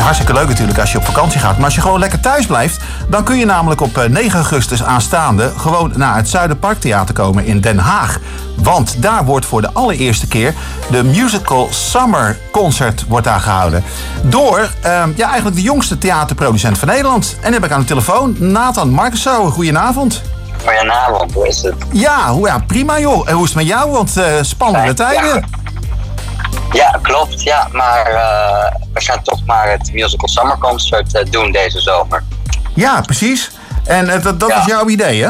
hartstikke leuk natuurlijk als je op vakantie gaat. Maar als je gewoon lekker thuis blijft, dan kun je namelijk op 9 augustus aanstaande gewoon naar het Zuiderparktheater komen in Den Haag. Want daar wordt voor de allereerste keer de Musical Summer Concert wordt daar gehouden. Door eigenlijk de jongste theaterproducent van Nederland. En dan heb ik aan de telefoon Nathan Markensauer. Goedenavond. Goedenavond, hoe is het? Ja, prima joh. En hoe is het met jou? Want spannende tijden. Ja, klopt. Ja, maar we gaan toch maar het Musical Summer Concert doen deze zomer. Ja, precies. En dat was jouw idee, hè?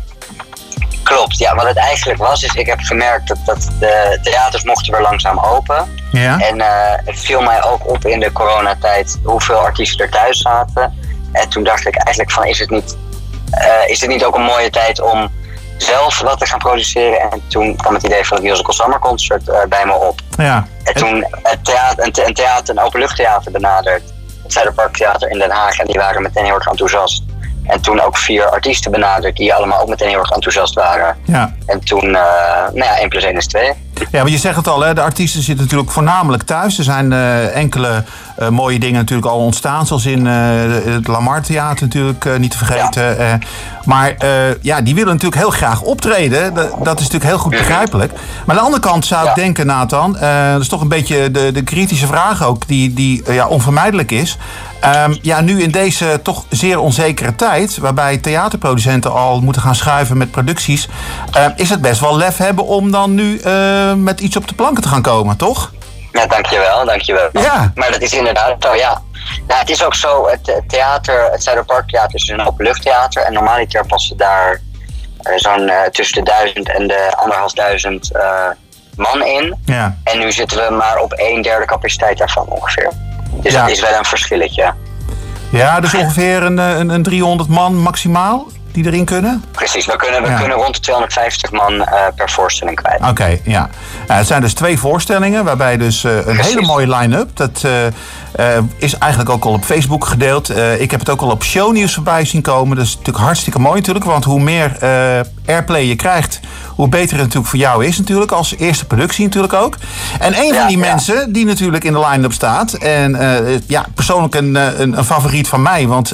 Klopt, ja. Wat het eigenlijk was, is ik heb gemerkt dat de theaters mochten weer langzaam open. Ja. En het viel mij ook op in de coronatijd hoeveel artiesten er thuis zaten. En toen dacht ik eigenlijk van, is het niet ook een mooie tijd om zelf wat te gaan produceren? En toen kwam het idee van het Musical Summer Concert bij me op. Ja. En toen een openluchttheater benaderd. Het Zuiderparktheater in Den Haag. En die waren meteen heel erg enthousiast. En toen ook 4 artiesten benaderd die allemaal ook meteen heel erg enthousiast waren. Ja. En toen, 1 plus 1 is 2. Ja, maar je zegt het al, hè, de artiesten zitten natuurlijk voornamelijk thuis. Er zijn enkele mooie dingen natuurlijk al ontstaan. Zoals in het Lamar Theater natuurlijk, niet te vergeten. Ja. Maar die willen natuurlijk heel graag optreden. Dat is natuurlijk heel goed begrijpelijk. Maar aan de andere kant zou ik denken, Nathan, dat is toch een beetje de kritische vraag ook die onvermijdelijk is. Nu in deze toch zeer onzekere tijd, waarbij theaterproducenten al moeten gaan schuiven met producties, is het best wel lef hebben om dan nu met iets op de planken te gaan komen, toch? Ja, dankjewel. Ja. Maar dat is inderdaad zo, ja. Nou, het is ook zo, het Zuiderparktheater is een openluchttheater. En normaliter passen daar zo'n tussen de 1000 en de 1500 man in. Ja. En nu zitten we maar op 1/3 capaciteit daarvan ongeveer. Dus dat is wel een verschilletje. Ja, dus ongeveer een 300 man maximaal die erin kunnen? Precies, we kunnen rond de 250 man per voorstelling kwijt. Oké, ja. Het zijn dus 2 voorstellingen, waarbij dus een hele mooie line-up. Dat is eigenlijk ook al op Facebook gedeeld. Ik heb het ook al op Shownieuws voorbij zien komen. Dat is natuurlijk hartstikke mooi natuurlijk, want hoe meer airplay je krijgt, hoe beter het natuurlijk voor jou is natuurlijk, als eerste productie natuurlijk ook. En een van die mensen die natuurlijk in de line-up staat, en persoonlijk een favoriet van mij, want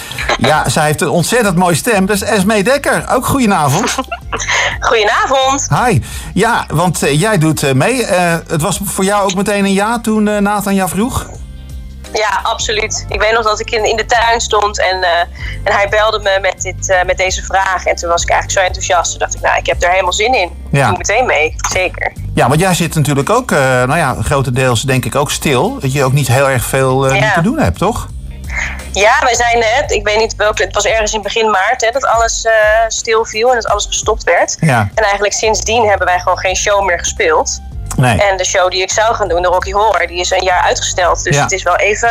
zij heeft een ontzettend mooie stem, dat is Esmee Dekker. Ook goedenavond. Goedenavond. Hi. Ja, want jij doet mee. Het was voor jou ook meteen een ja toen Nathan jou vroeg? Ja, absoluut. Ik weet nog dat ik in de tuin stond en hij belde me met deze vraag. En toen was ik eigenlijk zo enthousiast. Toen dacht ik, ik heb er helemaal zin in. Ik doe meteen mee, zeker. Ja, want jij zit natuurlijk ook, grotendeels denk ik ook stil. Dat je ook niet heel erg veel te doen hebt, toch? Ja, wij zijn, ik weet niet welke, het was ergens in begin maart dat alles stil viel en dat alles gestopt werd. Ja. En eigenlijk sindsdien hebben wij gewoon geen show meer gespeeld. Nee. En de show die ik zou gaan doen, de Rocky Horror, die is een jaar uitgesteld. Dus het is wel even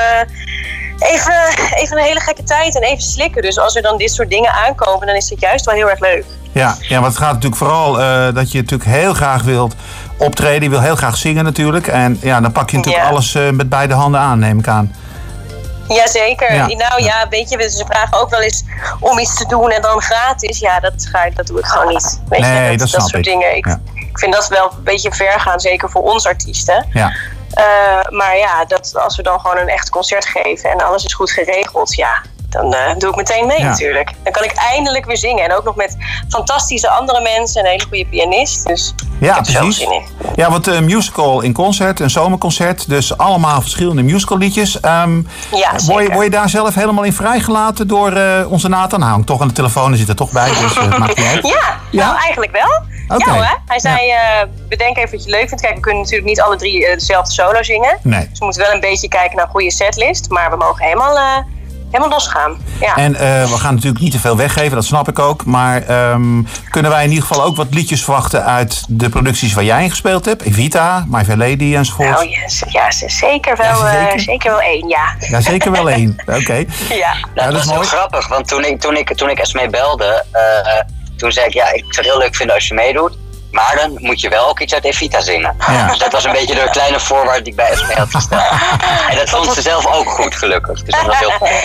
een hele gekke tijd en even slikken. Dus als er dan dit soort dingen aankomen, dan is het juist wel heel erg leuk. Ja, want het gaat natuurlijk vooral dat je natuurlijk heel graag wilt optreden. Je wil heel graag zingen natuurlijk. En dan pak je natuurlijk alles met beide handen aan, neem ik aan. Jazeker. Ja. Weet je, ze vragen ook wel eens om iets te doen en dan gratis. Ja, dat doe ik gewoon niet. Weet je, dat soort dingen. Ik vind dat wel een beetje ver gaan, zeker voor ons artiesten. Ja. Maar dat als we dan gewoon een echt concert geven en alles is goed geregeld, dan doe ik meteen mee natuurlijk. Dan kan ik eindelijk weer zingen. En ook nog met fantastische andere mensen, een hele goede pianist. Dus ik heb er zo zin in. Ja, want een musical in concert, een zomerconcert. Dus allemaal verschillende musicalliedjes. Word je daar zelf helemaal in vrijgelaten door onze Nathan? Nou, toch aan de telefoon, zit er toch bij, dus het maakt niet uit. Nou eigenlijk wel. Okay. Ja, hè? Hij zei, bedenk even wat je leuk vindt. Kijk, we kunnen natuurlijk niet alle 3 dezelfde solo zingen. Nee. Dus we moeten wel een beetje kijken naar een goede setlist. Maar we mogen helemaal losgaan. Ja. En we gaan natuurlijk niet te veel weggeven, dat snap ik ook. Maar kunnen wij in ieder geval ook wat liedjes verwachten uit de producties waar jij in gespeeld hebt? Evita, My Fair Lady enzovoort. Nou, zeker wel, zeker wel 1, ja. Ja, zeker wel 1. Oké. Ja, dat is heel grappig. Want toen ik Esmee belde, toen zei ik, ik zou het heel leuk vinden als je meedoet. Maar dan moet je wel ook iets uit Evita zingen. Ja. Dus dat was een beetje de kleine voorwaarde die ik bij Esmee had gesteld. En dat vond ze zelf ook goed, gelukkig. Dus dat was heel fijn.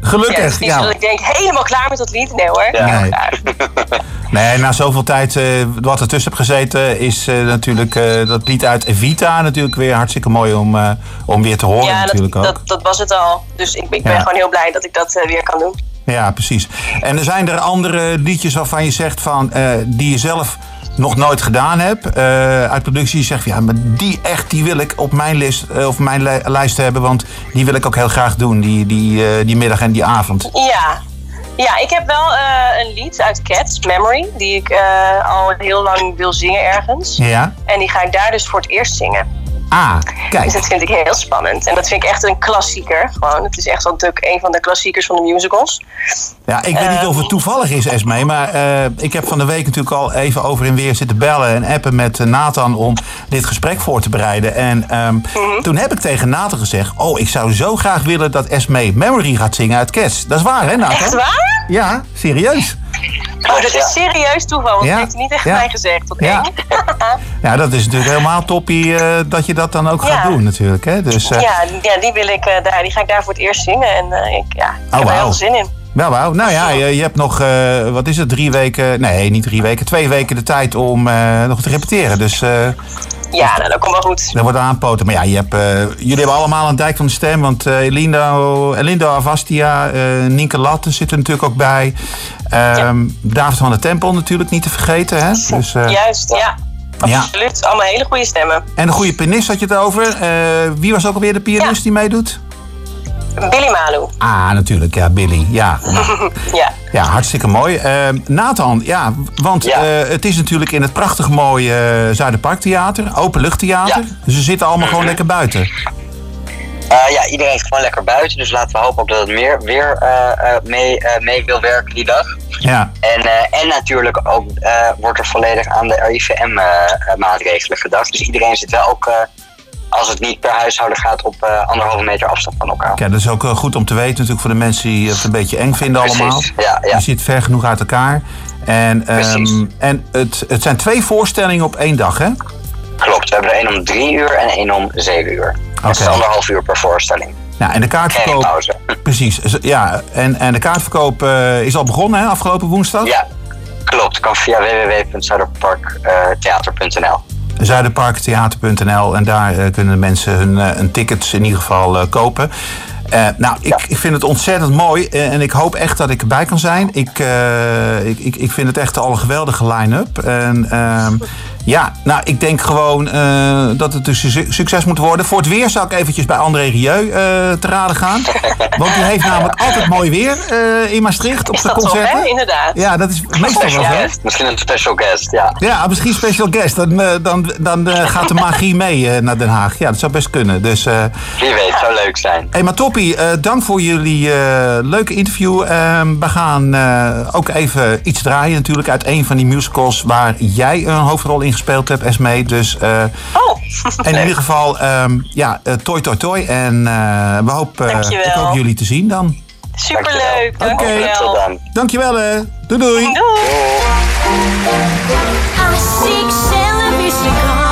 Gelukkig, ja. Dus ik denk, helemaal klaar met dat lied? Nee hoor, nee. Nee, na zoveel tijd wat ertussen heb gezeten... is natuurlijk dat lied uit Evita natuurlijk weer hartstikke mooi om weer te horen natuurlijk ook. Dat was het al. Dus ik ben gewoon heel blij dat ik dat weer kan doen. Ja, precies. En zijn er andere liedjes waarvan je zegt van... die je zelf nog nooit gedaan hebt... uit productie, je zegt van... ja, maar die wil ik op mijn lijst hebben... want die wil ik ook heel graag doen, die middag en die avond. Ja, ik heb wel een lied uit Cats, Memory... die ik al heel lang wil zingen ergens. Ja. En die ga ik daar dus voor het eerst zingen. Ah, kijk. Dus dat vind ik heel spannend. En dat vind ik echt een klassieker. Gewoon. Het is echt wel een van de klassiekers van de musicals. Ja, ik weet niet of het toevallig is, Esmee. Maar ik heb van de week natuurlijk al even over en weer zitten bellen en appen met Nathan om dit gesprek voor te bereiden. En toen heb ik tegen Nathan gezegd... oh, ik zou zo graag willen dat Esmee Memory gaat zingen uit Cats. Dat is waar, hè, Nathan? Echt waar? Ja, serieus. Oh, dat is serieus toeval, want dat heeft hij niet echt mij gezegd. Ja. Ja, dat is natuurlijk helemaal toppie dat je dat dan ook gaat doen natuurlijk. Hè? Dus, die wil ik, die ga ik daar voor het eerst zingen en ik heb er heel veel zin in. Ja, wauw. Nou ja, je hebt nog, wat is het, 3 weken... Nee, niet 3 weken, 2 weken de tijd om nog te repeteren. Dus... ja, nou, dat komt wel goed. Dat wordt aanpoten. Maar ja, jullie hebben allemaal een dijk van de stem. Want Elindo Avastia, Nienke Latte zit er natuurlijk ook bij. David van der Tempel natuurlijk niet te vergeten. Hè? Dus, juist, ja. Absoluut. Allemaal hele goede stemmen. En een goede pianist had je het over. Wie was ook alweer de pianist die meedoet? Billy Malou. Ah, natuurlijk. Ja, Billy. Ja, nou. Ja, hartstikke mooi. Nathan, want het is natuurlijk in het prachtig mooie Zuiderparktheater. Openluchttheater. Dus ze zitten allemaal gewoon lekker buiten. Iedereen is gewoon lekker buiten. Dus laten we hopen ook dat het meer weer mee wil werken die dag. Ja. En natuurlijk ook wordt er volledig aan de RIVM-maatregelen gedacht. Dus iedereen zit wel ook... als het niet per huishouden gaat op 1,5 meter afstand van elkaar. Ja, dat is ook goed om te weten natuurlijk voor de mensen die het een beetje eng vinden allemaal. Ja. Je zit ver genoeg uit elkaar. En het zijn 2 voorstellingen op 1 dag, hè? Klopt, we hebben er 1 om 3 uur en 1 om 7 uur. Dat is 1,5 uur per voorstelling. Ja, en de kaartverkoop... Geen pauze. Precies, ja. En de kaartverkoop is al begonnen, hè? Afgelopen woensdag? Ja, klopt. Kan via www.zuiderparktheater.nl. Zuiderparktheater.nl en daar kunnen mensen hun tickets in ieder geval kopen. Ik vind het ontzettend mooi en ik hoop echt dat ik erbij kan zijn. Ik vind het echt al een geweldige line-up. En ik denk gewoon dat het dus succes moet worden. Voor het weer zou ik eventjes bij André Rieu te raden gaan. Want die heeft namelijk altijd mooi weer in Maastricht op zijn concerten. Toch, hè? Inderdaad. Ja, dat is meestal wel zo. Misschien een special guest, ja. Ja, misschien special guest. Dan gaat de magie mee naar Den Haag. Ja, dat zou best kunnen. Dus, wie weet, zou leuk zijn. Hey, maar toppie, dank voor jullie leuke interview. We gaan ook even iets draaien natuurlijk uit een van die musicals waar jij een hoofdrol in gespeeld hebt, Esmee. Dus, en in ieder geval, toi toi toi. En ik hoop jullie te zien dan. Superleuk, dankjewel. Dankjewel, hè. Doei doei. Doei. Als ik zelf is